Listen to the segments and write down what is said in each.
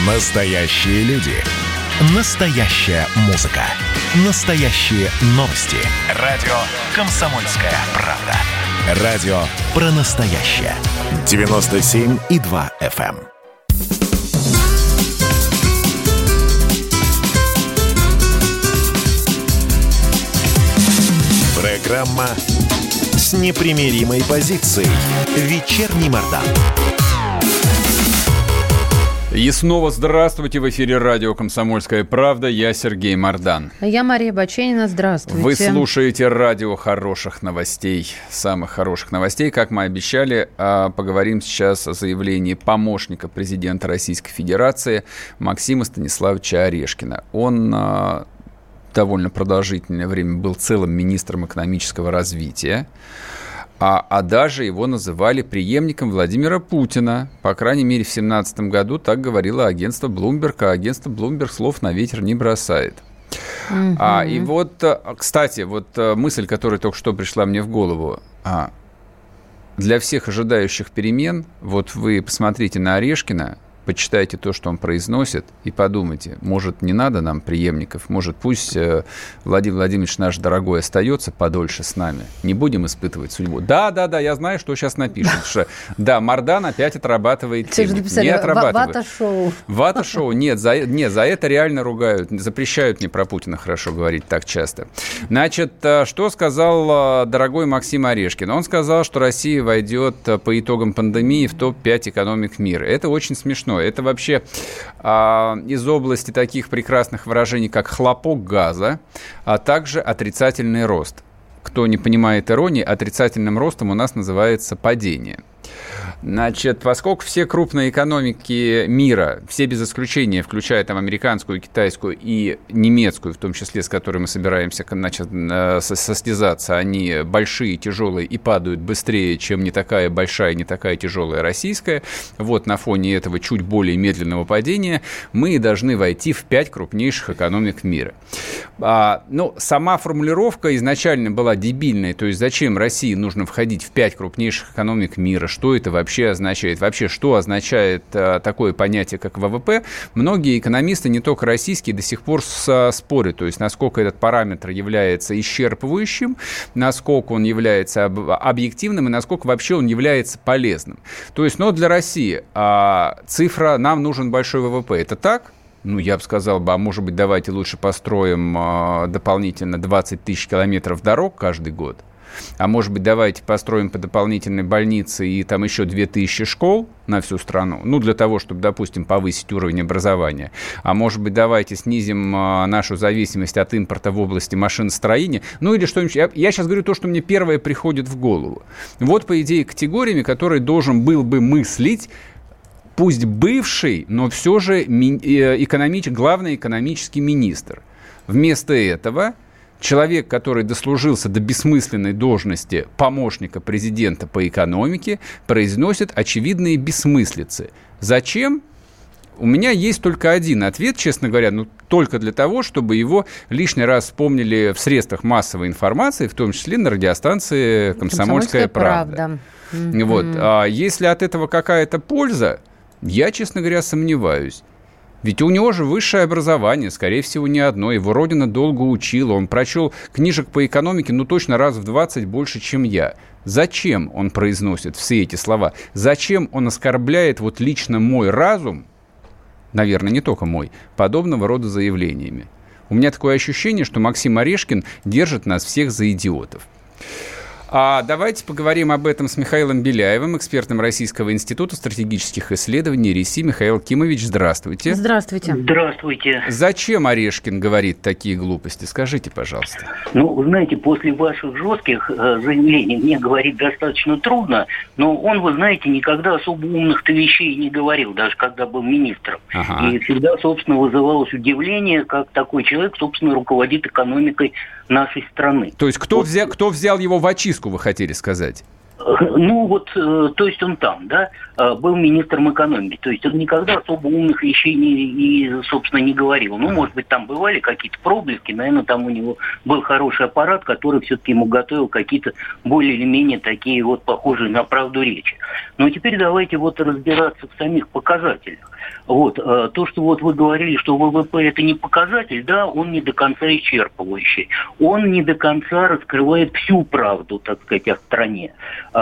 Настоящие люди. Настоящая музыка. Настоящие новости. Радио «Комсомольская правда». Радио про настоящее. 97,2 FM. Программа с непримиримой позицией. Вечерний Мардан. И снова здравствуйте. В эфире радио «Комсомольская правда». Я Сергей Мардан. Я Мария Баченина. Здравствуйте. Вы слушаете радио хороших новостей. Самых хороших новостей. Как мы обещали, поговорим сейчас о заявлении помощника президента Российской Федерации Максима Станиславовича Орешкина. Он довольно продолжительное время был целым министром экономического развития. А даже его называли преемником Владимира Путина. По крайней мере, в 2017 году так говорило агентство Bloomberg, а агентство Bloomberg слов на ветер не бросает. И вот, кстати, мысль, которая только что пришла мне в голову. Для всех ожидающих перемен, вот вы посмотрите на Орешкина, почитайте то, что он произносит, и подумайте, может, не надо нам преемников, может, пусть Владимир Владимирович наш дорогой остается подольше с нами, не будем испытывать судьбу. Да, я знаю, что сейчас напишут, что да, Мардан опять отрабатывает темник. Не отрабатывает. Вата-шоу. Вата-шоу, нет, за это реально ругают, запрещают мне про Путина хорошо говорить так часто. Значит, что сказал дорогой Максим Орешкин? Он сказал, что Россия войдет по итогам пандемии в топ-5 экономик мира. Это очень смешно. Это вообще из области таких прекрасных выражений, как хлопок газа, а также отрицательный рост. Кто не понимает иронии, отрицательным ростом у нас называется падение. Значит, поскольку все крупные экономики мира, все без исключения, включая там американскую, китайскую и немецкую, в том числе, с которой мы собираемся состязаться, они большие, тяжелые и падают быстрее, чем не такая большая, не такая тяжелая российская. Вот на фоне этого чуть более медленного падения мы должны войти в 5 крупнейших экономик мира. Сама формулировка изначально была дебильной, то есть зачем России нужно входить в 5 крупнейших экономик мира, что это вообще означает? Вообще, что означает такое понятие, как ВВП? Многие экономисты, не только российские, до сих пор спорят, то есть насколько этот параметр является исчерпывающим, насколько он является объективным и насколько вообще он является полезным. То есть, для России цифра «нам нужен большой ВВП» – это так? Я бы сказал, может быть, давайте лучше построим дополнительно 20 тысяч километров дорог каждый год. А может быть, давайте построим по дополнительной больнице и там еще 2000 школ на всю страну, для того, чтобы, допустим, повысить уровень образования. А может быть, давайте снизим нашу зависимость от импорта в области машиностроения, или что-нибудь. Я сейчас говорю то, что мне первое приходит в голову. Вот, по идее, категориями, которые должен был бы мыслить пусть бывший, но все же главный экономический министр. Вместо этого человек, который дослужился до бессмысленной должности помощника президента по экономике, произносит очевидные бессмыслицы. Зачем? У меня есть только один ответ, честно говоря, только для того, чтобы его лишний раз вспомнили в средствах массовой информации, в том числе на радиостанции «Комсомольская правда». Если от этого какая-то польза, я, честно говоря, сомневаюсь. Ведь у него же высшее образование, скорее всего, не одно. Его родина долго учила. Он прочел книжек по экономике, точно раз в 20 больше, чем я. Зачем он произносит все эти слова? Зачем он оскорбляет лично мой разум, наверное, не только мой, подобного рода заявлениями? У меня такое ощущение, что Максим Орешкин держит нас всех за идиотов. Давайте поговорим об этом с Михаилом Беляевым, экспертом Российского института стратегических исследований РИСИ. Михаил Кимович, здравствуйте. Здравствуйте. Здравствуйте. Зачем Орешкин говорит такие глупости? Скажите, пожалуйста. Вы знаете, после ваших жестких заявлений мне говорить достаточно трудно, но он, вы знаете, никогда особо умных-то вещей не говорил, даже когда был министром. Ага. И всегда, собственно, вызывалось удивление, как такой человек, собственно, руководит экономикой нашей страны. То есть кто взял его в очистку, вы хотели сказать? Ну вот, то есть он там, да, был министром экономики, то есть он никогда особо умных вещей собственно, не говорил. Ну, может быть, там бывали какие-то проблески, наверное, там у него был хороший аппарат, который все-таки ему готовил какие-то более или менее такие вот похожие на правду речи. Но теперь давайте вот разбираться в самих показателях. Вот, то, что вот вы говорили, что ВВП это не показатель, да, он не до конца исчерпывающий. Он не до конца раскрывает всю правду, так сказать, о стране,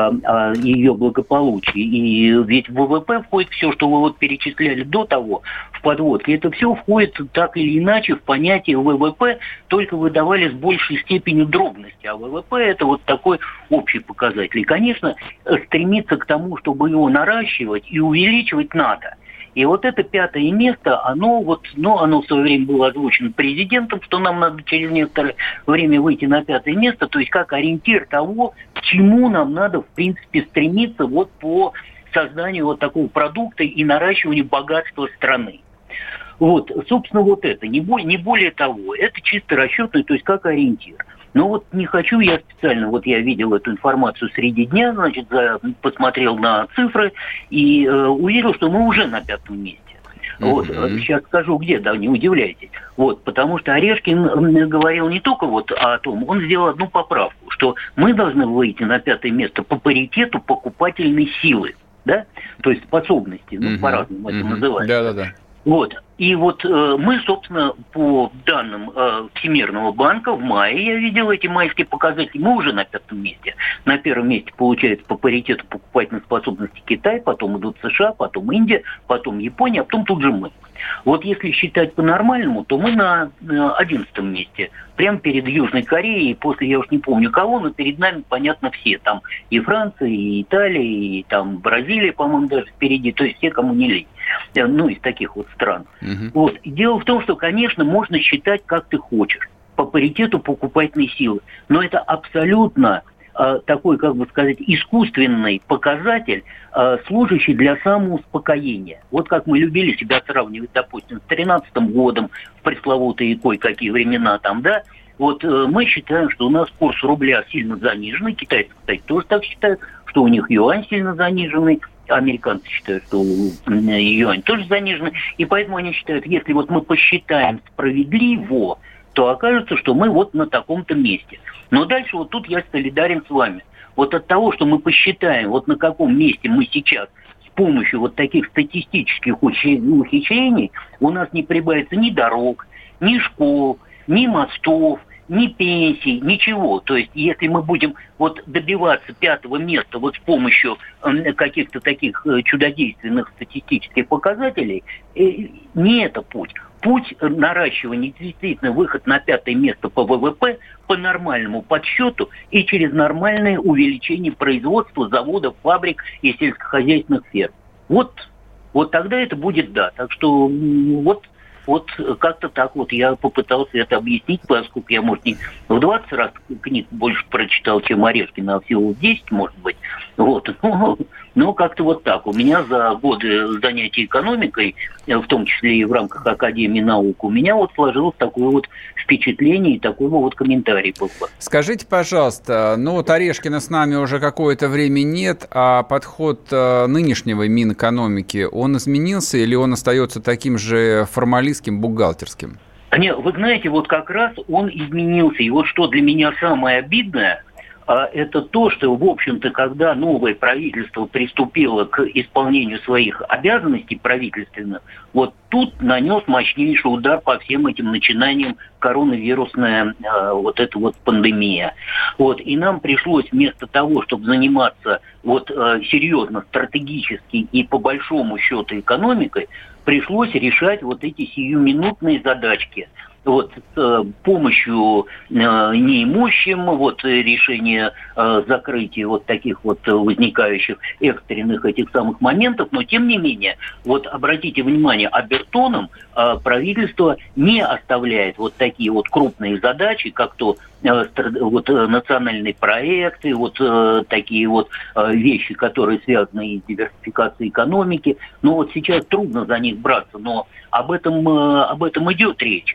о ее благополучии. И ведь в ВВП входит все, что вы вот перечисляли до того в подводке. Это все входит так или иначе в понятие ВВП, только выдавали с большей степенью дробности. А ВВП это вот такой общий показатель. И, конечно, стремиться к тому, чтобы его наращивать и увеличивать надо. И вот это 5-е место, оно в свое время было озвучено президентом, что нам надо через некоторое время выйти на 5-е место, то есть как ориентир того, к чему нам надо, в принципе, стремиться вот по созданию вот такого продукта и наращиванию богатства страны. Вот, собственно, вот это, не более того, это чисто расчетный, то есть как ориентир. Но вот не хочу я специально, вот я видел эту информацию среди дня, значит, посмотрел на цифры и увидел, что мы уже на 5-м месте. Вот, сейчас скажу где, да, не удивляйтесь. Вот, потому что Орешкин говорил не только вот о том, он сделал одну поправку, что мы должны выйти на 5-е место по паритету покупательной силы, да, то есть способности, по-разному это называется. Да. Вот. И вот мы, собственно, по данным Всемирного банка, в мае я видел эти майские показатели, мы уже на 5-м месте. На 1-м месте получается по паритету покупательной способности Китай, потом идут США, потом Индия, потом Япония, а потом тут же мы. Вот если считать по-нормальному, то мы на 11-м месте. Прямо перед Южной Кореей, после я уж не помню кого, но перед нами, понятно, все. Там и Франция, и Италия, и там Бразилия, по-моему, даже впереди. То есть все, кому не лень. Ну, из таких вот стран. Вот. И дело в том, что, конечно, можно считать, как ты хочешь, по паритету покупательной силы. Но это абсолютно такой, как бы сказать, искусственный показатель, служащий для самоуспокоения. Вот как мы любили себя сравнивать, допустим, с 13-м годом, в пресловутые кое-какие времена там, да, вот мы считаем, что у нас курс рубля сильно заниженный, китайцы, кстати, тоже так считают, что у них юань сильно заниженный, американцы считают, что юань тоже заниженный, и поэтому они считают, если вот мы посчитаем справедливо, то окажется, что мы вот на таком-то месте. Но дальше вот тут я солидарен с вами. Вот от того, что мы посчитаем, вот на каком месте мы сейчас с помощью вот таких статистических ухищрений, у нас не прибавится ни дорог, ни школ, ни мостов, ни пенсий, ничего. То есть, если мы будем вот добиваться 5-го места вот с помощью каких-то таких чудодейственных статистических показателей, не это путь. Путь наращивания, действительно, выход на 5-е место по ВВП по нормальному подсчету и через нормальное увеличение производства заводов, фабрик и сельскохозяйственных ферм. Вот тогда это будет да. Так что вот как-то так вот я попытался это объяснить, поскольку я, может, не в 20 раз книг больше прочитал, чем Орешкин, а всего в 10, может быть. Вот. Но как-то вот так. У меня за годы занятий экономикой, в том числе и в рамках Академии наук, у меня вот сложилось такое вот впечатление и такой вот комментарий был. Скажите, пожалуйста, ну вот Орешкина с нами уже какое-то время нет, а подход нынешнего Минэкономики, он изменился или он остается таким же формалистским, бухгалтерским? Нет, вы знаете, вот как раз он изменился. И вот что для меня самое обидное, это то, что, в общем-то, когда новое правительство приступило к исполнению своих обязанностей правительственных, вот тут нанес мощнейший удар по всем этим начинаниям коронавирусная вот эта вот пандемия. Вот, и нам пришлось вместо того, чтобы заниматься вот серьезно, стратегически и по большому счету экономикой, пришлось решать вот эти сиюминутные задачки. Вот с помощью неимущим, вот решения закрытия вот таких вот возникающих экстренных этих самых моментов, но тем не менее, вот обратите внимание, обертоном правительство не оставляет вот такие вот крупные задачи, как то национальные проекты, такие вещи, которые связаны с диверсификацией экономики. Но вот сейчас трудно за них браться, но об этом идет речь.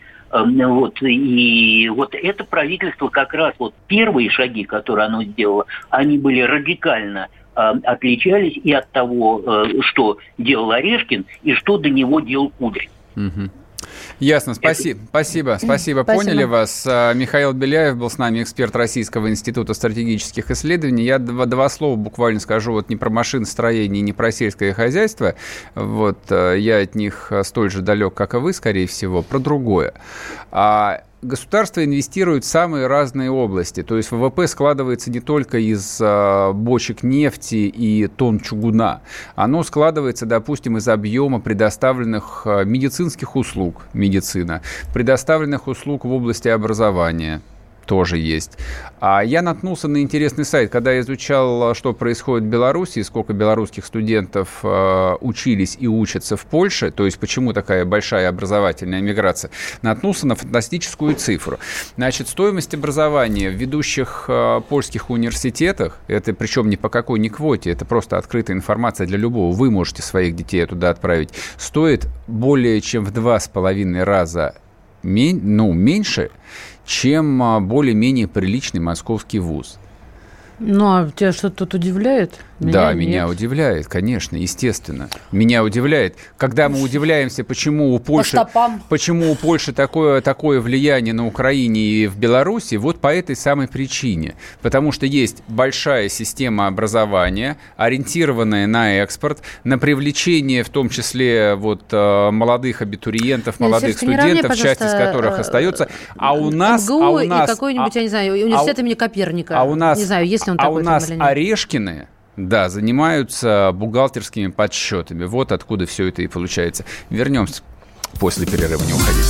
И это правительство как раз первые шаги, которые оно сделало, они были радикально отличались и от того, что делал Орешкин, и что до него делал Кудрин. Угу. Ясно, спасибо, поняли вас. Михаил Беляев был с нами, эксперт Российского института стратегических исследований. Я два слова буквально скажу, не про машиностроение, не про сельское хозяйство. Я от них столь же далек, как и вы, скорее всего, про другое. Государство инвестирует в самые разные области. То есть ВВП складывается не только из бочек нефти и тонн чугуна. Оно складывается, допустим, из объема предоставленных медицинских услуг, медицина, предоставленных услуг в области образования. Тоже есть. Я наткнулся на интересный сайт, когда я изучал, что происходит в Беларуси, сколько белорусских студентов учились и учатся в Польше, то есть почему такая большая образовательная миграция, наткнулся на фантастическую цифру. Значит, стоимость образования в ведущих польских университетах, это причем ни по какой ни квоте, это просто открытая информация для любого, вы можете своих детей туда отправить, стоит более чем в 2,5 раза меньше, чем более-менее приличный московский вуз. А тебя что-то тут удивляет? Меня удивляет, конечно, естественно. Меня удивляет. Когда мы удивляемся, почему у Польши такое влияние на Украине и в Беларуси, по этой самой причине. Потому что есть большая система образования, ориентированная на экспорт, на привлечение, в том числе молодых абитуриентов, молодых студентов, часть из которых остается. А у нас... МГУ и какой-нибудь, я не знаю, университет имени Коперника. Не знаю, есть ли он такой. А у нас Орешкины... занимаются бухгалтерскими подсчетами. Вот откуда все это и получается. Вернемся после перерыва, не уходите.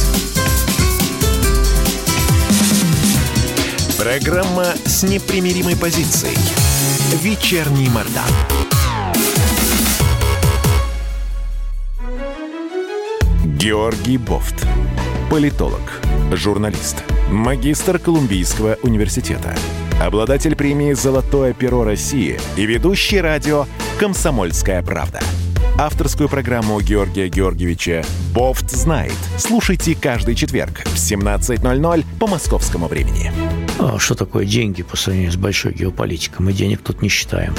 Программа с непримиримой позицией. Вечерний Мардан. Георгий Бофт. Политолог, журналист, магистр Колумбийского университета, обладатель премии «Золотое перо России» и ведущий радио «Комсомольская правда». Авторскую программу Георгия Георгиевича «Бофт знает». Слушайте каждый четверг в 17:00 по московскому времени. Что такое деньги по сравнению с большой геополитикой? Мы денег тут не считаем.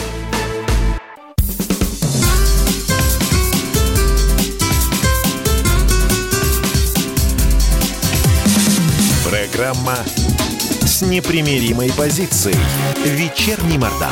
Программа с непримиримой позицией. Вечерний Мардан.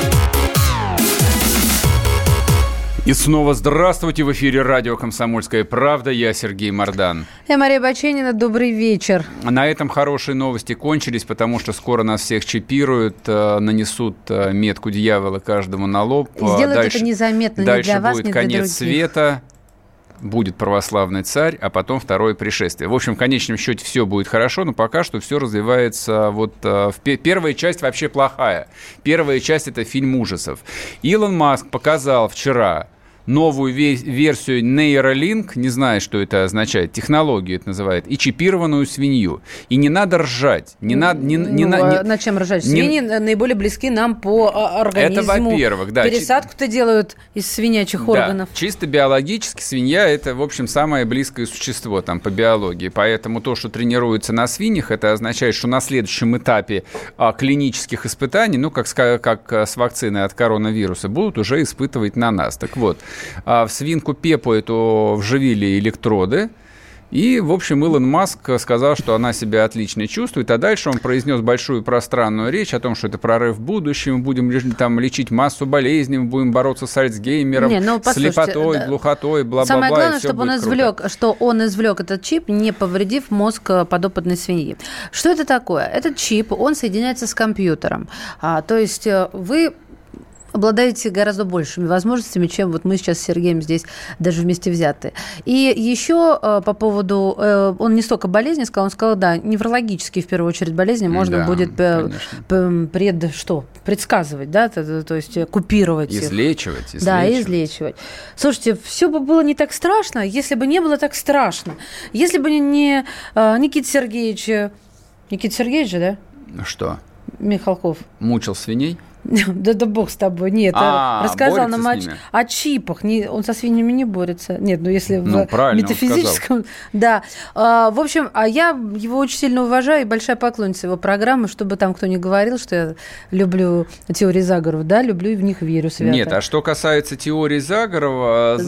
И снова здравствуйте. В эфире радио «Комсомольская правда». Я Сергей Мардан. Я Мария Баченина. Добрый вечер. На этом хорошие новости кончились, потому что скоро нас всех чипируют, нанесут метку дьявола каждому на лоб. И сделают это незаметно ни для вас, ни для других. Дальше будет конец света. Будет православный царь, а потом второе пришествие. В общем, в конечном счете все будет хорошо, но пока что все развивается. Первая часть вообще плохая. Первая часть – это фильм ужасов. Илон Маск показал вчера новую версию Neuralink, не знаю, что это означает, технологию это называют, и чипированную свинью. И не надо ржать. На чем ржать? Свиньи наиболее близки нам по организму. Это во-первых, да. Пересадку-то делают из свинячьих органов. Чисто биологически свинья – это, в общем, самое близкое существо там, по биологии. Поэтому то, что тренируется на свиньях, это означает, что на следующем этапе клинических испытаний, как с вакциной от коронавируса, будут уже испытывать на нас. Так вот, в свинку Пеппу эту вживили электроды, и, в общем, Илон Маск сказал, что она себя отлично чувствует, а дальше он произнес большую пространную речь о том, что это прорыв в будущем, мы будем лечить массу болезней, мы будем бороться с Альцгеймером, слепотой, глухотой, бла-бла-бла. Самое главное, чтобы он извлек этот чип, не повредив мозг подопытной свиньи. Что это такое? Этот чип, он соединяется с компьютером. То есть вы обладаете гораздо большими возможностями, чем мы сейчас с Сергеем здесь даже вместе взятые. И еще по поводу... Он не столько болезни сказал, он сказал, неврологические, в первую очередь, болезни можно будет предсказывать, то есть купировать их. Излечивать. Да, излечивать. Слушайте, все бы было не так страшно, если бы не было так страшно. Если бы не Никита Сергеевич, да? Что? Михалков. Мучил свиней? Да бог с тобой. Нет, рассказал нам о чипах. Он со свиньями не борется. Нет, если в метафизическом... Да. В общем, я его очень сильно уважаю и большая поклонница его программы, чтобы там кто ни говорил, что я люблю теории заговоров. Да, люблю и в них верю свято. Нет, а что касается теории заговоров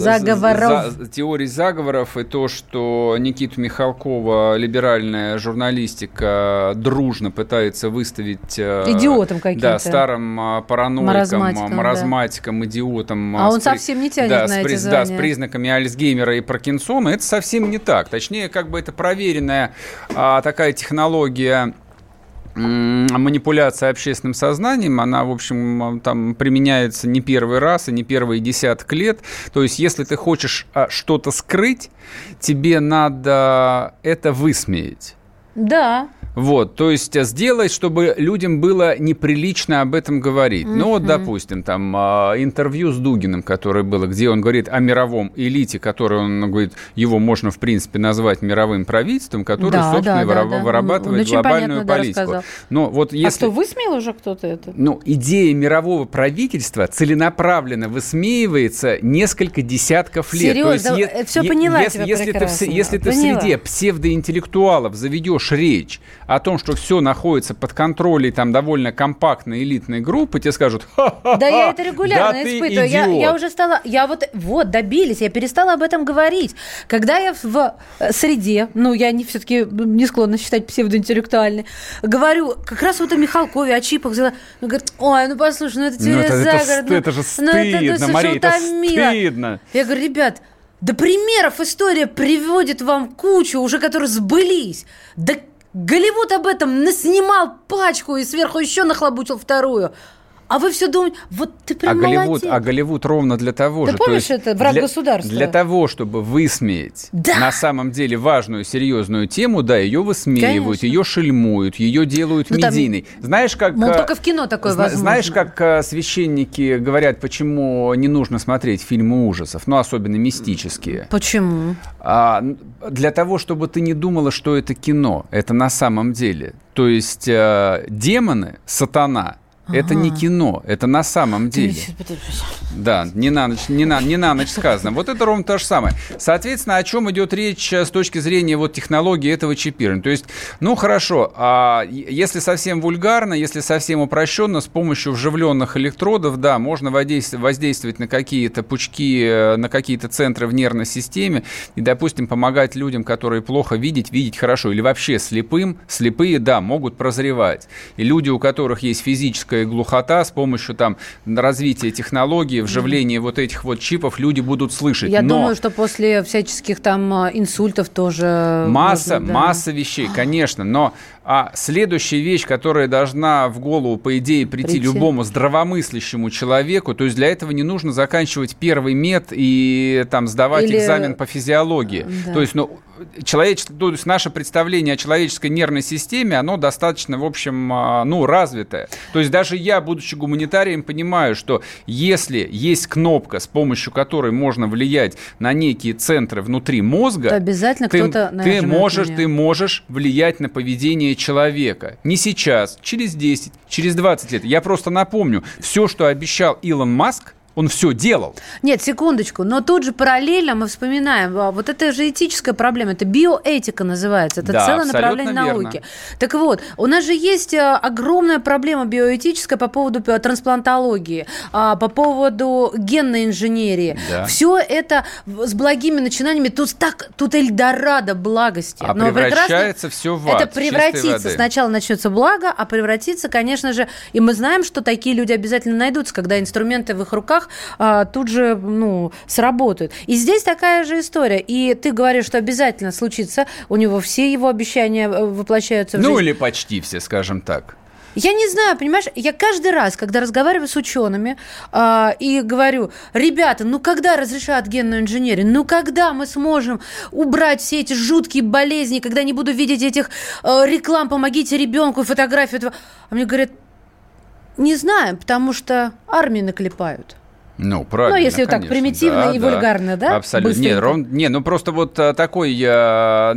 и то, что Никиту Михалкова либеральная журналистика дружно пытается выставить... идиотом каким-то. Да, старым параноиком, маразматиком, идиотом. А он совсем не тянет на эти звания. Да, с признаками Альцгеймера и Паркинсона. Это совсем не так. Точнее, как бы это проверенная такая технология манипуляция общественным сознанием, она, в общем, там применяется не первый раз и не первые десяток лет. То есть, если ты хочешь что-то скрыть, тебе надо это высмеять. Да. Вот, то есть сделать, чтобы людям было неприлично об этом говорить. Ну вот, допустим, там интервью с Дугиным, которое было, где он говорит о мировом элите, который, он говорит, его можно, в принципе, назвать мировым правительством, которое, собственно, вырабатывает глобальную политику. Но вот если... А что, высмеял уже кто-то это? Ну, идея мирового правительства целенаправленно высмеивается несколько десятков лет. Серьезно? То есть, все поняла тебя прекрасно. Если ты в среде псевдоинтеллектуалов заведешь речь о том, что все находится под контролем там довольно компактной элитной группы, тебе скажут: ха-ха-ха, да я это регулярно испытываю. Я уже стала, добились, я перестала об этом говорить. Когда я в среде, я все-таки не склонна считать псевдоинтеллектуальной, говорю как раз вот о Михалкове, о чипах, говорит: ой, послушай, это теория заговора. Это же стыдно, Мария, это стыдно. Я говорю: ребят, да примеров история приводит вам кучу, уже которые сбылись. Да Голливуд об этом наснимал пачку и сверху еще нахлобучил вторую. А вы все думаете, вот ты прям молодец. А Голливуд ровно для того же. Ты помнишь, это враг государства? Для того, чтобы высмеять на самом деле важную, серьезную тему, да, ее высмеивают, ее шельмуют, ее делают медийной. Знаешь, как... только в кино такое возможно. Знаешь, как священники говорят, почему не нужно смотреть фильмы ужасов, особенно мистические? Почему? Для того, чтобы ты не думала, что это кино. Это на самом деле. То есть демоны, сатана... Это не кино, это на самом деле. Да, не на ночь сказано. Вот это ровно то же самое. Соответственно, о чем идет речь с точки зрения технологии этого чипирования? То есть, хорошо, если совсем вульгарно, если совсем упрощенно, с помощью вживленных электродов, да, можно воздействовать на какие-то пучки, на какие-то центры в нервной системе и, допустим, помогать людям, которые плохо видеть хорошо, или вообще слепые, да, могут прозревать. И люди, у которых есть физическая глухота, с помощью развития технологий, вживления этих чипов, люди будут слышать. Я думаю, что после всяческих инсультов тоже... Масса вещей, конечно, но следующая вещь, которая должна в голову, по идее, прийти любому здравомыслящему человеку, то есть для этого не нужно заканчивать первый мед и сдавать экзамен по физиологии. Да. То есть, то есть наше представление о человеческой нервной системе, оно достаточно, в общем, развитое. То есть даже я, будучи гуманитарием, понимаю, что если есть кнопка, с помощью которой можно влиять на некие центры внутри мозга, то обязательно кто-то ты можешь влиять на поведение человека. Не сейчас, через 10, через 20 лет. Я просто напомню, все, что обещал Илон Маск, он все делал. Нет, секундочку, но тут же параллельно мы вспоминаем, вот это же этическая проблема, это биоэтика называется, это целое направление науки. Так вот, у нас же есть огромная проблема биоэтическая по поводу трансплантологии, по поводу генной инженерии. Да. Все это с благими начинаниями, тут Эльдорадо благости. Но превращается все в ад. Это превратится, сначала начнется благо, а превратится, конечно же, и мы знаем, что такие люди обязательно найдутся, когда инструменты в их руках тут же сработают. И здесь такая же история. И ты говоришь, что обязательно случится, у него все его обещания воплощаются в жизнь. Или почти все, скажем так. Я не знаю, понимаешь, я каждый раз, когда разговариваю с учеными и говорю: ребята, когда разрешат генную инженерию? Когда мы сможем убрать все эти жуткие болезни, когда не буду видеть этих реклам «помогите ребенку» и фотографию этого? А мне говорят: не знаем, потому что армии наклепают. Правильно, если конечно, так примитивно и вульгарно, да? Абсолютно. Просто такой,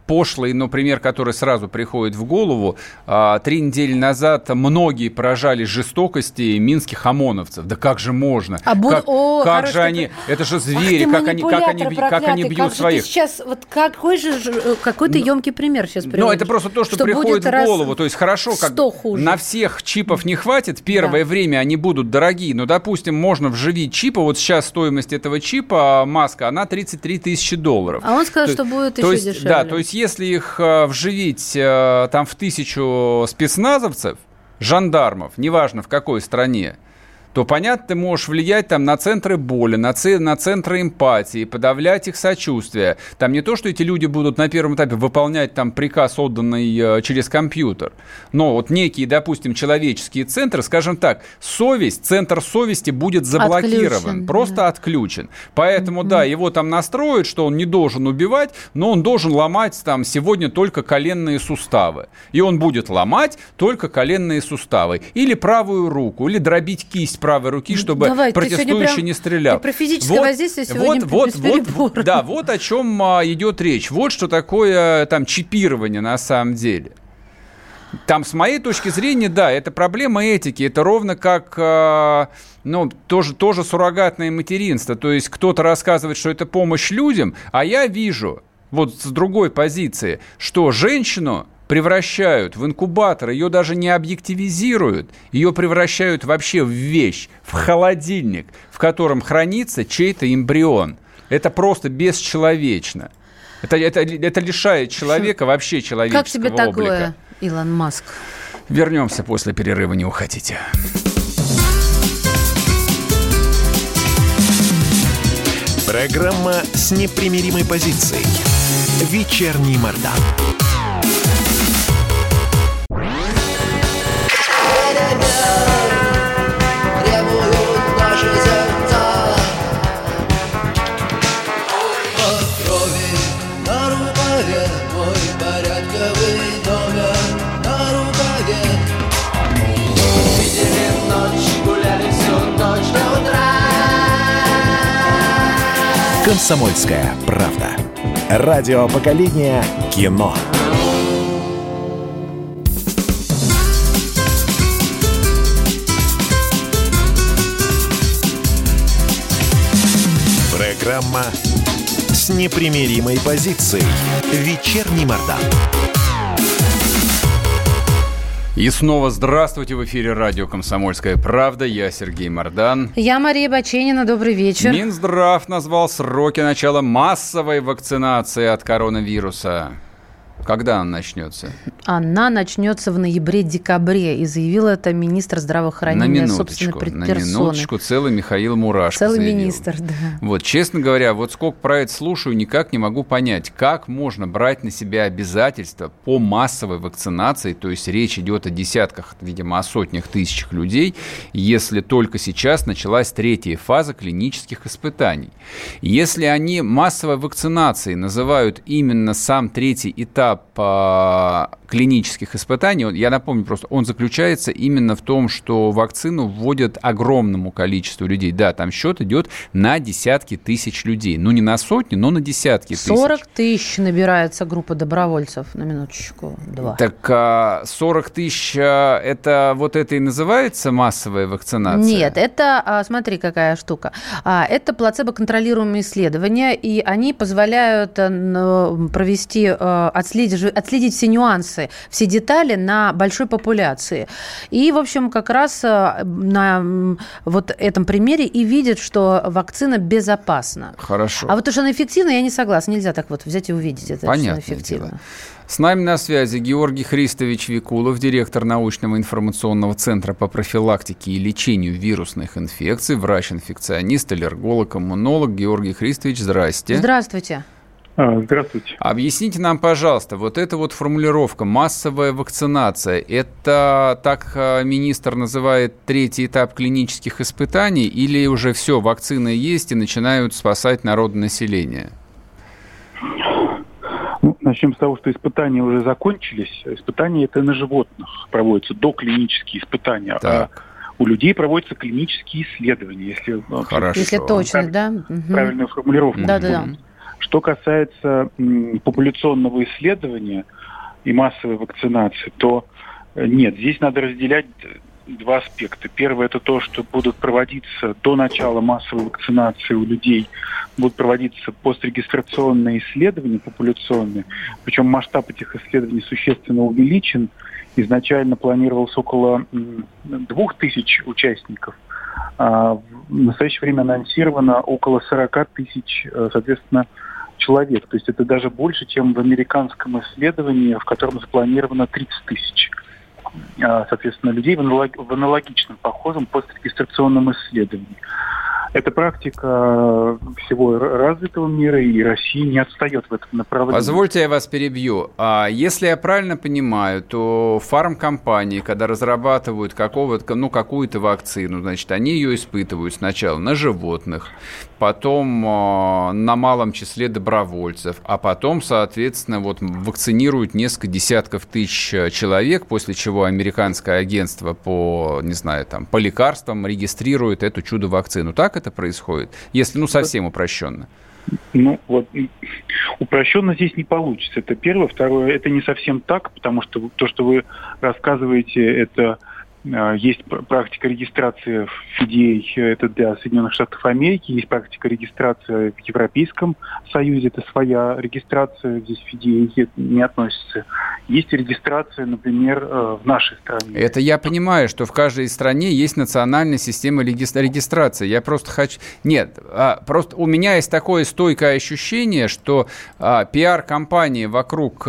пошлый, но пример, который сразу приходит в голову. 3 недели назад многие поражались жестокости минских ОМОНовцев. Да как же можно? Как же они? Это же звери, как они бьют своих. Сейчас вот какой ты емкий пример сейчас приводишь. Ну, это просто то, что приходит в голову. То есть хорошо, как на всех чипов не хватит. Первое время они будут дорогие, но, допустим, можно вживить чипы. Вот сейчас стоимость этого чипа, маска, она $33 тысячи. А он сказал, что будет еще дешевле. Да, то есть если их вживить там в 1000 спецназовцев, жандармов, неважно в какой стране, то, понятно, ты можешь влиять там на центры боли, на центры эмпатии, подавлять их сочувствие. Там не то, что эти люди будут на первом этапе выполнять там приказ, отданный через компьютер, но вот некие, допустим, человеческие центры, скажем так, центр совести будет заблокирован, отключен. Поэтому, да, его там настроят, что он не должен убивать, но он должен ломать там сегодня только коленные суставы. И он будет ломать только коленные суставы. Или правую руку, или дробить кисть правой руки, чтобы протестующий не стрелял. Ты про физическое воздействие сегодня без перебора. Да, вот о чем идет речь. Вот что такое там чипирование на самом деле. Там, с моей точки зрения, да, это проблема этики. Это ровно как, тоже суррогатное материнство. То есть кто-то рассказывает, что это помощь людям, а я вижу, вот с другой позиции, что женщину превращают в инкубатор, ее даже не объективизируют, ее превращают вообще в вещь, в холодильник, в котором хранится чей-то эмбрион. Это просто бесчеловечно. Это лишает человека вообще человеческого облика. Как тебе такое, Илон Маск? Вернемся после перерыва, не уходите. Программа с непримиримой позицией. Вечерний Мордан. «Комсомольская правда». Радио поколения кино. Программа с непримиримой позицией. Вечерний Мордан. И снова здравствуйте, в эфире радио «Комсомольская правда». Я Сергей Мордан. Я Мария Баченина. Добрый вечер. Минздрав назвал сроки начала массовой вакцинации от коронавируса. Когда она начнется? Она начнется в ноябре-декабре, и заявил это министр здравоохранения собственной персоной. На минуточку, целый Михаил Мурашко Целый заявил. Министр, да. Вот, честно говоря, вот сколько про это слушаю, никак не могу понять, как можно брать на себя обязательства по массовой вакцинации, то есть речь идет о десятках, видимо, о сотнях тысячах людей, если только сейчас началась 3-я фаза клинических испытаний. Если они массовой вакцинацией называют именно сам 3-й этап клинических испытаний, я напомню просто, он заключается именно в том, что вакцину вводят огромному количеству людей. Да, там счет идет на десятки тысяч людей. Ну, не на сотни, но на десятки тысяч. 40 тысяч набирается группа добровольцев, на минуточку, 2. Так 40 тысяч, это и называется массовая вакцинация? Нет, это, смотри, какая штука. Это плацебо-контролируемые исследования, и они позволяют провести, отследить все нюансы, все детали на большой популяции. И, в общем, как раз на вот этом примере и видят, что вакцина безопасна. Хорошо. А вот то, что она эффективна, я не согласна. Нельзя так вот взять и увидеть это, понятно, что она эффективна. Дело. С нами на связи Георгий Христович Викулов, директор научного информационного центра по профилактике и лечению вирусных инфекций, врач-инфекционист, аллерголог, иммунолог. Георгий Христович, здрасте. Здравствуйте. Здравствуйте. Объясните нам, пожалуйста, вот эта вот формулировка «массовая вакцинация», это так министр называет 3-й этап клинических испытаний, или уже все, вакцины есть и начинают спасать народное население? Начнем с того, что испытания уже закончились. Испытания это на животных проводятся, доклинические испытания. Так. А у людей проводятся клинические исследования, хорошо. Если точно, да? Правильную формулировку. Да. Что касается популяционного исследования и массовой вакцинации, то нет, здесь надо разделять два аспекта. Первое – это то, что будут проводиться до начала массовой вакцинации у людей, будут проводиться пострегистрационные исследования популяционные, причем масштаб этих исследований существенно увеличен. Изначально планировалось около 2000 участников, а в настоящее время анонсировано около 40 тысяч, соответственно, человек. То есть это даже больше, чем в американском исследовании, в котором запланировано 30 тысяч. Соответственно, людей в аналогичном, похожем пострегистрационном исследовании. Эта практика всего развитого мира, и Россия не отстает в этом направлении. Позвольте, я вас перебью. Если я правильно понимаю, то фармкомпании, когда разрабатывают какую-то вакцину, значит, они ее испытывают сначала на животных, потом на малом числе добровольцев, а потом, соответственно, вакцинируют несколько десятков тысяч человек, после чего американское агентство по лекарствам регистрирует эту чудо-вакцину. Так это происходит? Если, совсем упрощенно. Упрощенно здесь не получится. Это первое. Второе, это не совсем так, потому что то, что вы рассказываете, это есть практика регистрации в FDA, это для Соединенных Штатов Америки, есть практика регистрации в Европейском Союзе, это своя регистрация, здесь в FDA не относится. Есть регистрация, например, в нашей стране. Это я понимаю, что в каждой стране есть национальная система регистрации. Я просто хочу... Нет, просто у меня есть такое стойкое ощущение, что пиар-компания вокруг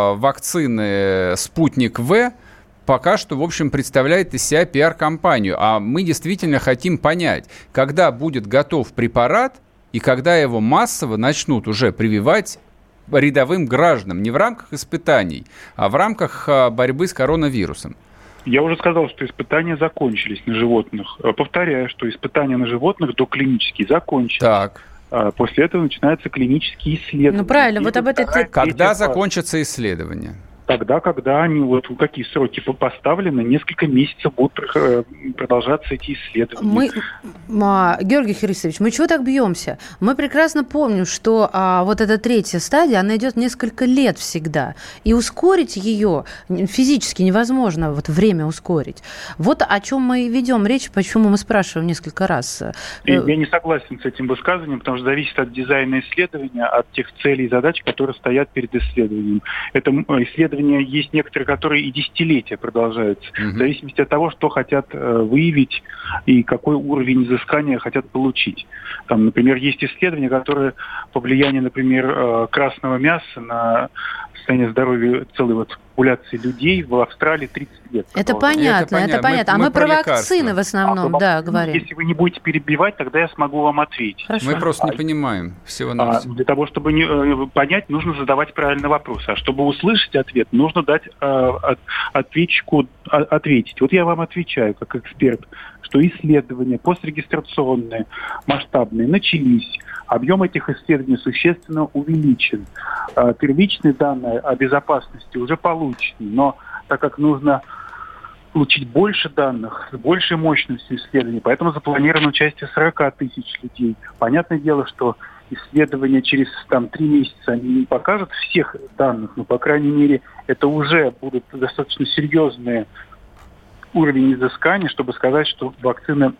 вакцины «Спутник В» пока что, в общем, представляет из себя пиар-компанию. А мы действительно хотим понять, когда будет готов препарат и когда его массово начнут уже прививать рядовым гражданам. Не в рамках испытаний, а в рамках борьбы с коронавирусом. Я уже сказал, что испытания закончились на животных. Повторяю, что испытания на животных доклинические закончились. Так. После этого начинаются клинические исследования. Правильно, об этом... Когда закончатся исследования? Тогда, когда они какие сроки поставлены, несколько месяцев будут продолжаться эти исследования. Георгий Харисович, мы чего так бьемся? Мы прекрасно помним, что эта третья стадия, она идет несколько лет всегда. И ускорить ее физически невозможно, время ускорить. Вот о чем мы ведем речь, почему мы спрашиваем несколько раз. Я не согласен с этим высказыванием, потому что зависит от дизайна исследования, от тех целей и задач, которые стоят перед исследованием. Это исследование есть некоторые, которые и десятилетия продолжаются, в зависимости от того, что хотят выявить и какой уровень изыскания хотят получить. Там, например, есть исследования, которые по влиянию, например, красного мяса на состояние здоровья целой популяции людей в Австралии 30 лет. Это понятно, это понятно. Мы про вакцины в основном, говорим. Если вы не будете перебивать, тогда я смогу вам ответить. Хорошо. Мы просто не понимаем всего-навсего. Для того, чтобы понять, нужно задавать правильный вопрос. А чтобы услышать ответ, нужно дать ответчику ответить. Вот я вам отвечаю, как эксперт, что исследования пострегистрационные, масштабные, начались. Объем этих исследований существенно увеличен. Первичные данные о безопасности уже получены. Но так как нужно получить больше данных, с большей мощностью исследований, поэтому запланировано участие 40 тысяч людей. Понятное дело, что исследования через 3 месяца они не покажут всех данных, но, по крайней мере, это уже будут достаточно серьезные уровень изыскания, чтобы сказать, что вакцина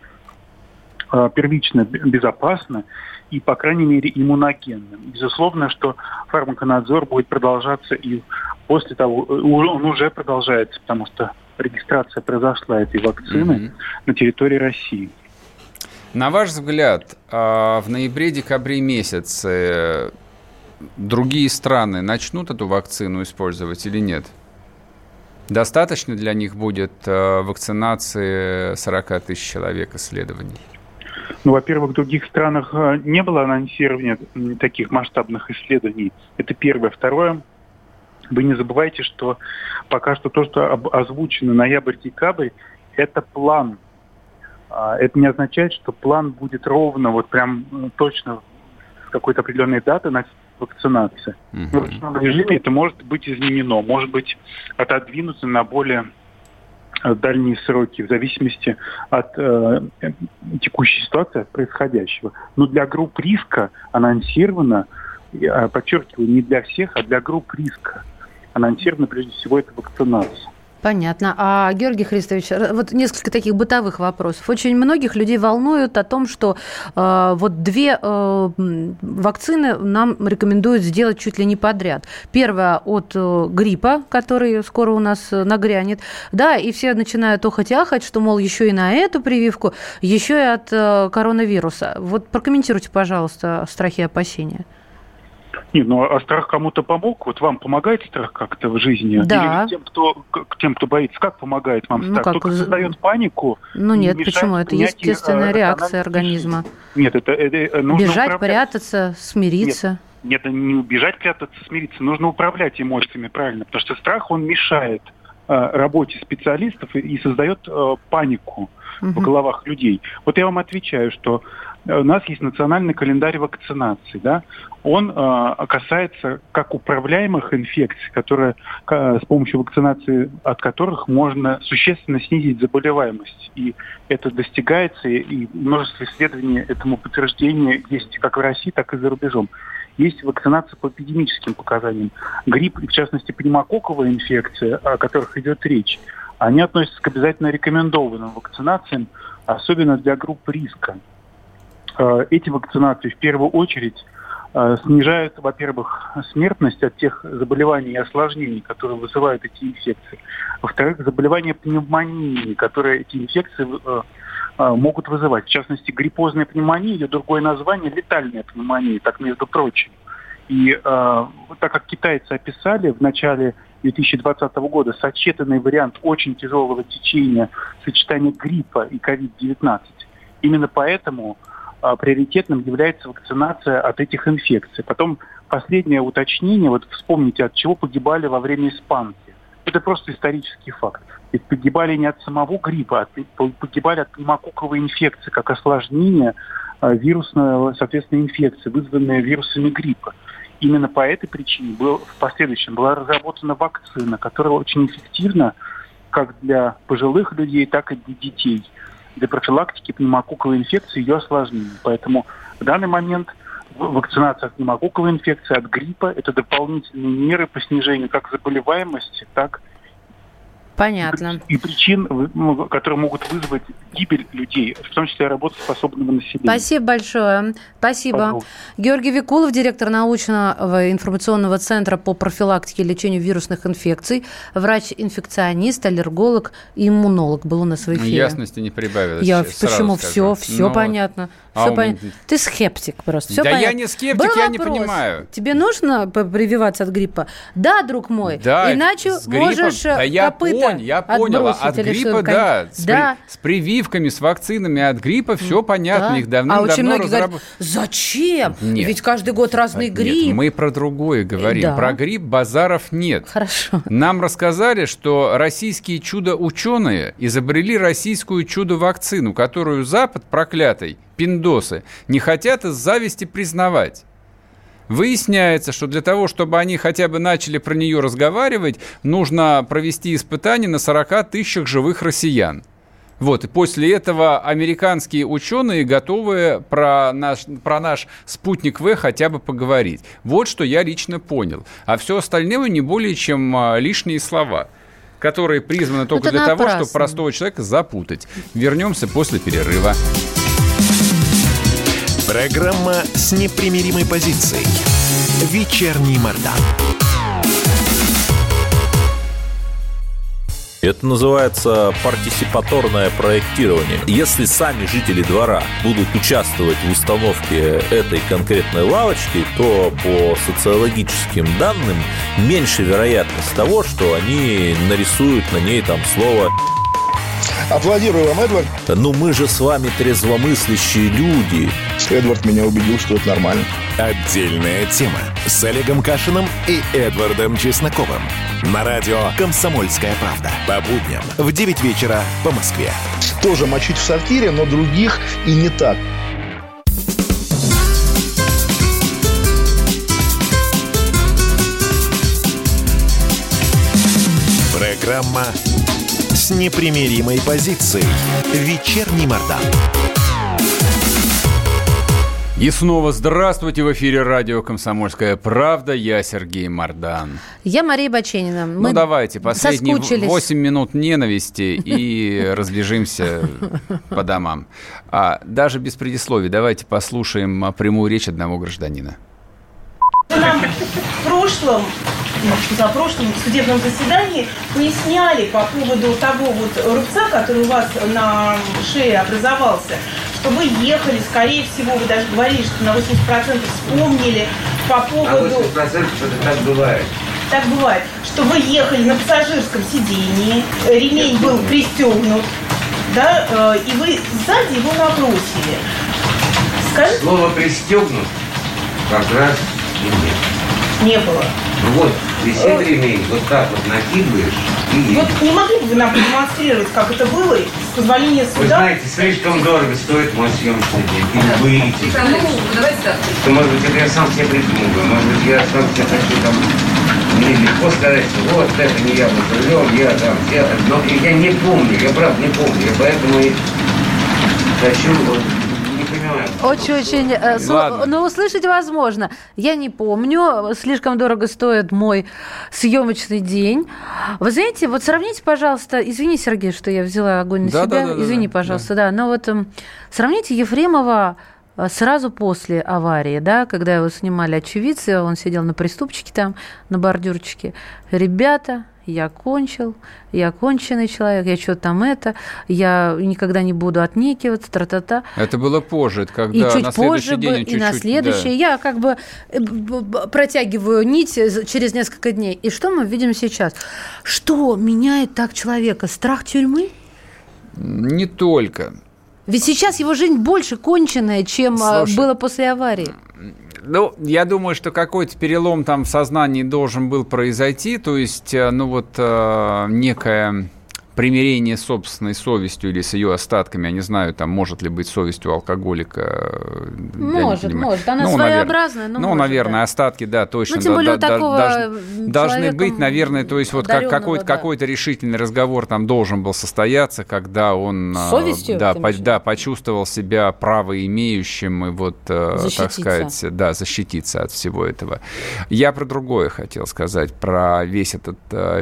первично безопасна и, по крайней мере, иммуногенна. Безусловно, что фармаконадзор будет продолжаться и после того, он уже продолжается, потому что регистрация произошла этой вакцины на территории России. На ваш взгляд, в ноябре-декабре месяце другие страны начнут эту вакцину использовать или нет? Достаточно для них будет вакцинации 40 тысяч человек исследований? Во-первых, в других странах не было анонсирования таких масштабных исследований. Это первое. Второе, вы не забывайте, что пока что то, что озвучено ноябрь-декабрь, это план. Это не означает, что план будет ровно, прям точно с какой-то определенной даты на вакцинации. В ручном режиме это может быть изменено, может быть отодвинуто на более дальние сроки, в зависимости от текущей ситуации, от происходящего. Но для групп риска анонсировано я подчеркиваю, не для всех, а для групп риска. Анонсирована прежде всего эта вакцинация. Понятно. А, Георгий Христович, вот несколько таких бытовых вопросов. Очень многих людей волнуют о том, что вот 2 вакцины нам рекомендуют сделать чуть ли не подряд. Первая от гриппа, который скоро у нас нагрянет. Да, и все начинают охать-ахать, что, мол, еще и на эту прививку, еще и от коронавируса. Вот прокомментируйте, пожалуйста, страхи и опасения. Не, ну а страх кому-то помог? Вот вам помогает страх как-то в жизни? Да. Или тем, кто боится, как помогает вам страх? Как? Только создает панику? Ну нет, почему? Это естественная реакция организма. Нет, это нужно бежать, прятаться, смириться. Нет, не бежать, прятаться, смириться. Нужно управлять эмоциями, правильно. Потому что страх, он мешает работе специалистов и создает панику в головах людей. Вот я вам отвечаю, что у нас есть национальный календарь вакцинации, да? Он касается как управляемых инфекций, которые с помощью вакцинации, от которых можно существенно снизить заболеваемость. И это достигается, и множество исследований этому подтверждение есть как в России, так и за рубежом. Есть вакцинация по эпидемическим показаниям. Грипп, в частности, пневмококковая инфекция, о которых идет речь, они относятся к обязательно рекомендованным вакцинациям, особенно для групп риска. Эти вакцинации в первую очередь снижают, во-первых, смертность от тех заболеваний и осложнений, которые вызывают эти инфекции. Во-вторых, заболевания пневмонии, которые эти инфекции могут вызывать. В частности, гриппозная пневмония, ее другое название – летальная пневмония, так между прочим. И так как китайцы описали в начале 2020 года сочетанный вариант очень тяжелого течения сочетания гриппа и COVID-19, именно поэтому приоритетным является вакцинация от этих инфекций. Потом последнее уточнение, вот вспомните, от чего погибали во время испанки. Это просто исторический факт. Ведь погибали не от самого гриппа, а погибали от пневмококковой инфекции, как осложнение вирусной, соответственно, инфекции, вызванной вирусами гриппа. Именно по этой причине в последующем была разработана вакцина, которая очень эффективна как для пожилых людей, так и для детей, для профилактики пневмококковой инфекции и ее осложнений. Поэтому в данный момент вакцинация от пневмококковой инфекции, от гриппа – это дополнительные меры по снижению как заболеваемости, так Понятно. И причин, которые могут вызвать гибель людей, в том числе работоспособного населения. Спасибо большое. Спасибо. Пожалуйста. Георгий Викулов, директор научного информационного центра по профилактике и лечению вирусных инфекций, врач-инфекционист, аллерголог и иммунолог был у нас в эфире. Ясности не прибавилось. Почему? Все понятно. Ты скептик просто. Все да понятно. Я не скептик, я не понимаю. Тебе нужно прививаться от гриппа? Да, друг мой. Да, иначе можешь копыта я понял. От гриппа, да. С прививками, с вакцинами от гриппа все понятно. Их давным-давно разработали. Зачем? Нет. Ведь каждый год разный грипп. Нет, мы про другое говорим. Да. Про грипп базаров нет. Хорошо. Нам рассказали, что российские чудо-ученые изобрели российскую чудо-вакцину, которую Запад, проклятый, пиндосы, не хотят из зависти признавать. Выясняется, что для того, чтобы они хотя бы начали про нее разговаривать, нужно провести испытания на 40 тысячах живых россиян. Вот, и после этого американские ученые готовы про наш спутник В хотя бы поговорить. Вот что я лично понял. А все остальное не более чем лишние слова, которые призваны только для того, чтобы простого человека запутать. Вернемся после перерыва. Программа с непримиримой позицией. Вечерний Мордан. Это называется партисипаторное проектирование. Если сами жители двора будут участвовать в установке этой конкретной лавочки, то по социологическим данным меньше вероятность того, что они нарисуют на ней там слово. Аплодирую вам, Эдвард. Ну мы же с вами трезвомыслящие люди. Эдвард меня убедил, что это нормально. Отдельная тема с Олегом Кашиным и Эдвардом Чесноковым. На радио «Комсомольская правда». По будням в 9 вечера по Москве. Тоже мочить в сортире, но других и не так. Программа с непримиримой позицией. Вечерний Мордан. И снова здравствуйте, в эфире радио «Комсомольская правда». Я Сергей Мордан. Я Мария Баченина. Мы давайте, последние 8 минут ненависти и разбежимся по домам. Даже без предисловий давайте послушаем прямую речь одного гражданина. Нам в прошлом, позапрошлом судебном заседании поясняли по поводу того рубца, который у вас на шее образовался, что вы ехали, скорее всего, вы даже говорили, что на 80% вспомнили по поводу... На 80% это так бывает. Так бывает, что вы ехали на пассажирском сидении, ремень был пристегнут, да, и вы сзади его набросили. Скажите... Слово «пристегнут» как раз и нет. Не было. Вот, висит ремень, вот так вот накидываешь и... Вот не могли бы вы нам продемонстрировать, как это было, с позволения суда? Вы знаете, слишком дорого стоит мой съемочный день. И выйти. Давайте так. Может быть, это я сам себе придумываю. Может быть, я сам себе хочу там... Мне легко сказать, что вот это не я был за рулем, я там... Но я не помню, я правда не помню. Я поэтому и хочу... Очень-очень. Но услышать возможно. Я не помню. Слишком дорого стоит мой съемочный день. Вы знаете, вот сравните, пожалуйста, извини, Сергей, что я взяла огонь на себя. Извини, пожалуйста, да. Но вот сравните Ефремова сразу после аварии, да, когда его снимали очевидцы, он сидел на приступчике там, на бордюрчике. Ребята, я конченый человек, я что-то там я никогда не буду отнекиваться, тра-та-та. Это было позже, это когда и чуть на позже следующий день и на следующий. Да. Я как бы протягиваю нить через несколько дней. И что мы видим сейчас? Что меняет так человека? Страх тюрьмы? Не только. Ведь сейчас его жизнь больше конченая, чем было после аварии. Ну, я думаю, что какой-то перелом там в сознании должен был произойти, то есть, некое примирение с собственной совестью или с ее остатками, я не знаю, там, может ли быть совесть у алкоголика. Может. Она своеобразная, но может, наверное, да. Остатки, да, точно. Ну, тем более должны быть, наверное, то есть, вот какой-то решительный разговор там должен был состояться, когда он почувствовал себя правоимеющим и так сказать, защититься от всего этого. Я про другое хотел сказать, про весь этот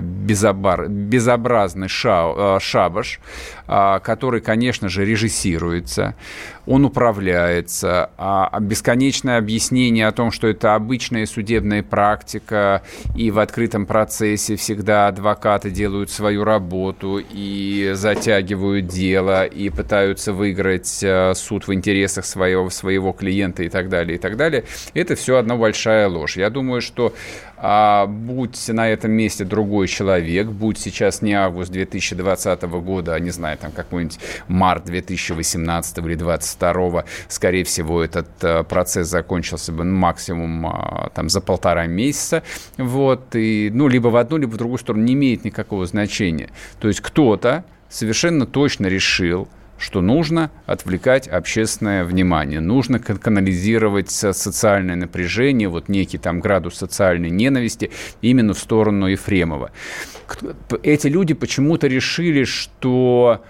безобразный шабаш, который, конечно же, режиссируется, он управляется, бесконечное объяснение о том, что это обычная судебная практика, и в открытом процессе всегда адвокаты делают свою работу и затягивают дело, и пытаются выиграть суд в интересах своего клиента и так далее, и так далее. Это все одна большая ложь. Я думаю, что будь на этом месте другой человек, будь сейчас не август 2020 года, а, не знаю, там какой-нибудь март 2018 или 2022, скорее всего, этот процесс закончился бы максимум там, за 1,5 месяца. И, либо в одну, либо в другую сторону, не имеет никакого значения. То есть кто-то совершенно точно решил, что нужно отвлекать общественное внимание, нужно канализировать социальное напряжение, некий там градус социальной ненависти именно в сторону Ефремова. Эти люди почему-то решили, что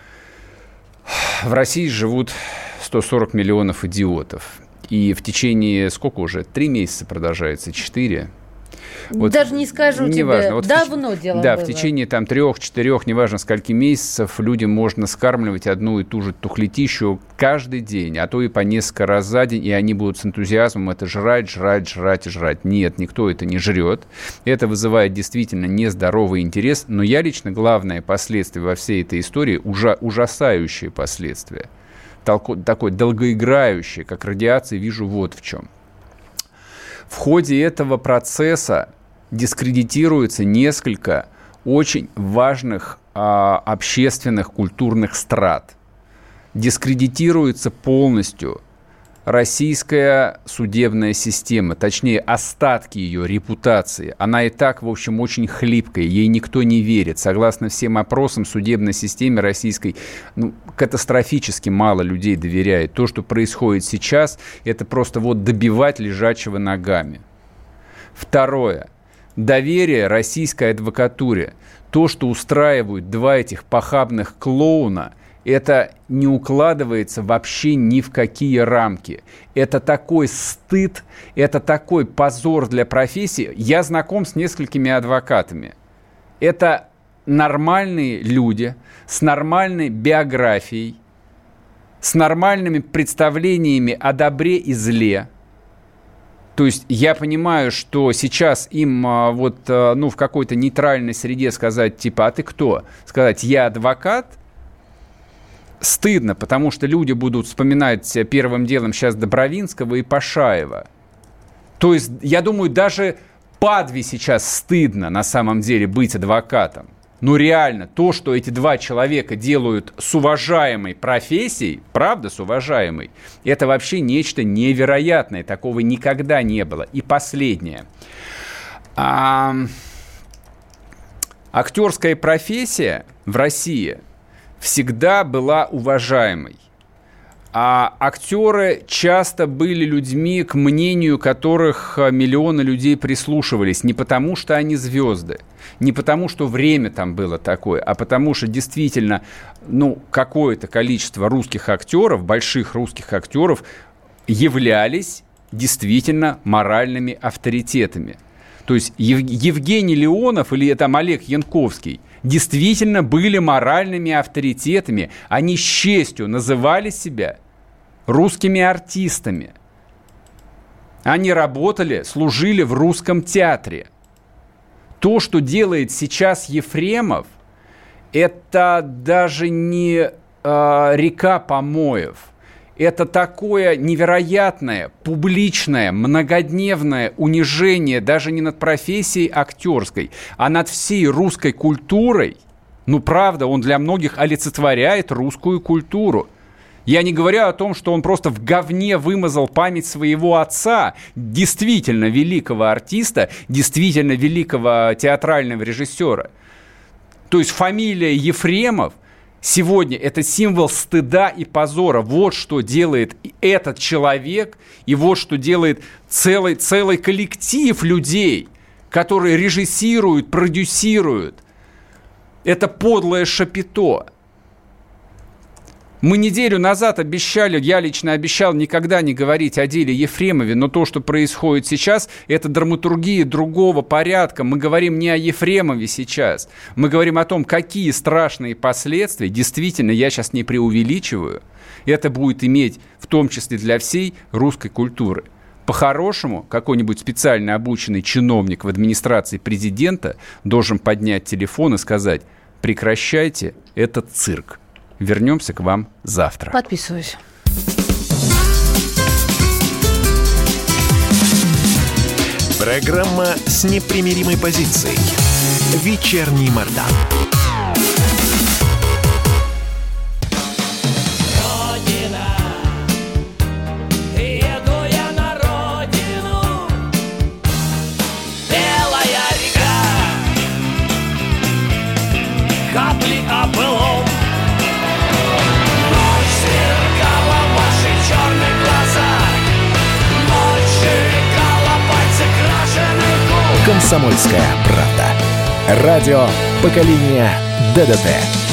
в России живут 140 миллионов идиотов. И в течение, 3 месяца продолжается, 4? Даже не скажу тебе, давно дело было. В течение 3-4, неважно скольки месяцев, людям можно скармливать одну и ту же тухлятищу каждый день, а то и по несколько раз за день, и они будут с энтузиазмом это жрать. Нет, никто это не жрет. Это вызывает действительно нездоровый интерес, но я лично главное последствие во всей этой истории, ужасающие последствия, такое долгоиграющее, как радиация, вижу вот в чем. В ходе этого процесса дискредитируется несколько очень важных общественных, культурных страт. Дискредитируется полностью российская судебная система, точнее, остатки ее репутации. Она и так, в общем, очень хлипкая, ей никто не верит. Согласно всем опросам, судебной системе российской катастрофически мало людей доверяет. То, что происходит сейчас, это просто добивать лежачего ногами. Второе. Доверие российской адвокатуре. То, что устраивают два этих похабных клоуна, это не укладывается вообще ни в какие рамки. Это такой стыд, это такой позор для профессии. Я знаком с несколькими адвокатами. Это нормальные люди с нормальной биографией, с нормальными представлениями о добре и зле. То есть я понимаю, что сейчас им в какой-то нейтральной среде сказать, типа, а ты кто? Сказать, я адвокат. Стыдно, потому что люди будут вспоминать первым делом сейчас Добровинского и Пашаева. То есть, я думаю, даже Падве сейчас стыдно на самом деле быть адвокатом. Ну реально, то, что эти два человека делают с уважаемой профессией, правда, с уважаемой, это вообще нечто невероятное. Такого никогда не было. И последнее. Актерская профессия в России всегда была уважаемой. А актеры часто были людьми, к мнению которых миллионы людей прислушивались. Не потому, что они звезды, не потому, что время там было такое, а потому, что действительно какое-то количество русских актеров, больших русских актеров, являлись действительно моральными авторитетами. То есть Евгений Леонов или там Олег Янковский действительно были моральными авторитетами. Они с честью называли себя русскими артистами. Они работали, служили в русском театре. То, что делает сейчас Ефремов, это даже не река помоев. Это такое невероятное, публичное, многодневное унижение даже не над профессией актерской, а над всей русской культурой. Правда, он для многих олицетворяет русскую культуру. Я не говорю о том, что он просто в говне вымазал память своего отца, действительно великого артиста, действительно великого театрального режиссера. То есть фамилия Ефремов сегодня это символ стыда и позора. Вот что делает этот человек, и вот что делает целый коллектив людей, которые режиссируют, продюсируют. Это подлое шапито. Мы неделю назад обещали, я лично обещал никогда не говорить о деле Ефремове, но то, что происходит сейчас, это драматургия другого порядка. Мы говорим не о Ефремове сейчас. Мы говорим о том, какие страшные последствия, действительно, я сейчас не преувеличиваю, это будет иметь в том числе для всей русской культуры. По-хорошему, какой-нибудь специально обученный чиновник в администрации президента должен поднять телефон и сказать: прекращайте этот цирк. Вернемся к вам завтра. Подписываюсь. Программа с непримиримой позицией. Вечерний Мордан. «Комсомольская правда». Радио поколения ДДТ.